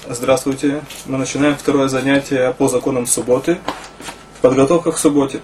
Здравствуйте. Мы начинаем второе занятие по законам субботы. Подготовка к субботе.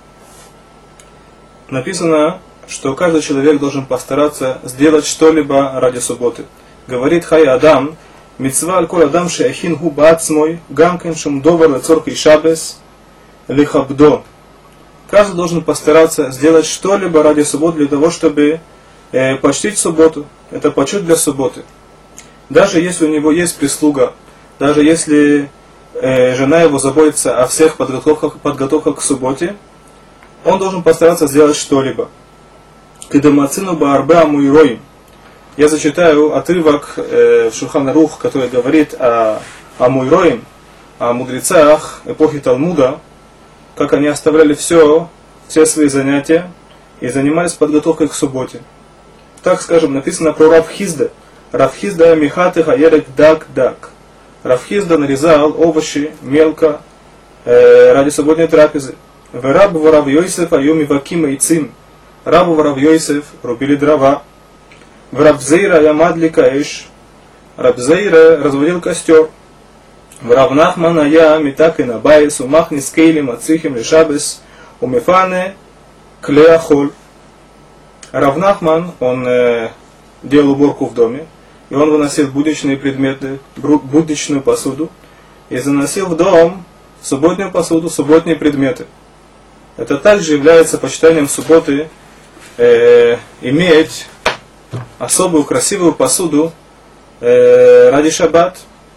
Написано, что каждый человек должен постараться сделать что-либо ради субботы. Говорит Хай Адам, мицва аль-коль адам шеяхин гу баацмой, гамкин шум довар лецорки шабес лихабдо. Каждый должен постараться сделать что-либо ради субботы для того, чтобы почтить субботу. Это почет для субботы. Даже если у него есть прислуга, даже если жена его заботится о всех подготовках к субботе, он должен постараться сделать что-либо. Кедамацину баарбе амуйроим. Я зачитаю отрывок в Шулхан Арух, который говорит о амуйроим, о мудрецах эпохи Талмуда, как они оставляли все свои занятия и занимались подготовкой к субботе. Так, скажем, написано про Рав Хизда. Рав Хизда михаты хаерек дак. Рав Хизда нарезал овощи мелко ради субботней трапезы. Рабу Рав Йосеф аюми ваким яйцим. Рабу Рав Йосеф рубили дрова. Рав Зейра ямадли каэш. Рав Зейра разводил костер. Рав Нахман ая митак и набайс умахни скейлим ацихим лишабес умефане клеахоль. Рав Нахман, он делал уборку в доме, и он выносил будничные предметы, будничную посуду, и заносил в дом субботнюю посуду, субботние предметы. Это также является почитанием субботы иметь особую красивую посуду ради шаббат.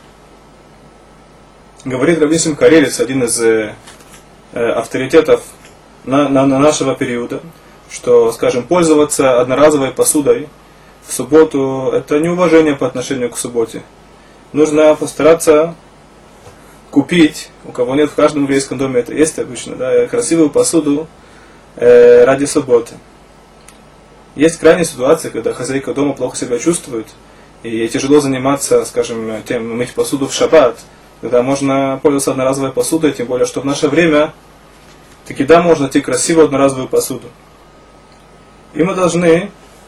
Говорит Рав Нисим Карелец, один из авторитетов нашего периода, что, скажем, пользоваться одноразовой посудой в субботу – это неуважение по отношению к субботе. Нужно постараться купить, у кого нет в каждом еврейском доме, это есть обычно, да, красивую посуду ради субботы. Есть крайние ситуации, когда хозяйка дома плохо себя чувствует, и ей тяжело заниматься, скажем, тем, мыть посуду в шаббат, когда можно пользоваться одноразовой посудой, тем более, что в наше время таки да, можно найти красивую одноразовую посуду. И мы должны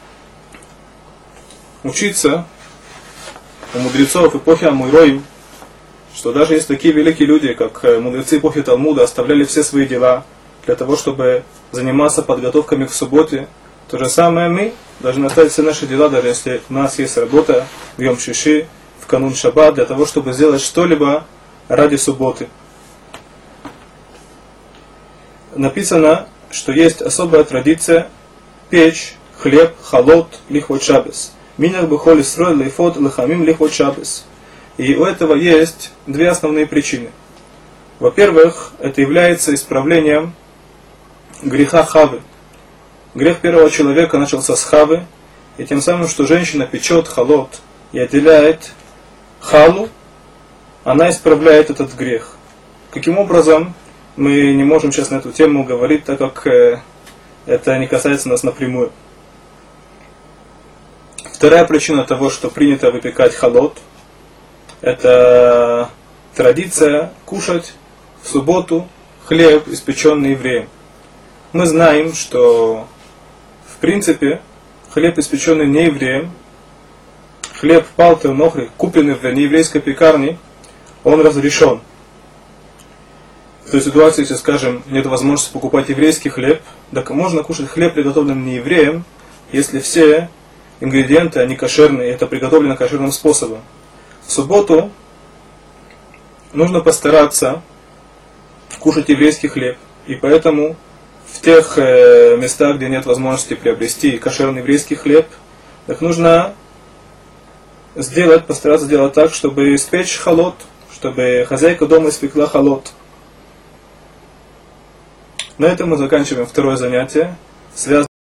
учиться у мудрецов эпохи Амуйроим, что даже есть такие великие люди, как мудрецы эпохи Талмуда, оставляли все свои дела для того, чтобы заниматься подготовками к субботе. То же самое мы должны оставить все наши дела, даже если у нас есть работа в Йом Шиши, в канун Шаббат, для того, чтобы сделать что-либо ради субботы. Написано, что есть особая традиция печь хлеб, халот, лихвот шабес. Минах бихоль исрой лейфот лихамим лихвот шабес. И у этого есть две основные причины. Во-первых, это является исправлением греха хавы. Грех первого человека начался с хавы, и тем самым, что женщина печет халот и отделяет халу, она исправляет этот грех. Каким образом, мы не можем сейчас на эту тему говорить, так как это не касается нас напрямую. Вторая причина того, что принято выпекать халот, это традиция кушать в субботу хлеб, испеченный евреем. Мы знаем, что в принципе хлеб, испеченный не евреем, хлеб палтер нохри, купленный в нееврейской пекарне, он разрешен. В той ситуации, если, скажем, нет возможности покупать еврейский хлеб, так можно кушать хлеб, приготовленный не евреем, если все ингредиенты, они кошерные, и это приготовлено кошерным способом. В субботу нужно постараться кушать еврейский хлеб, и поэтому в тех местах, где нет возможности приобрести кошерный еврейский хлеб, так нужно постараться сделать так, чтобы испечь халот, чтобы хозяйка дома испекла халот. На этом мы заканчиваем второе занятие, связанное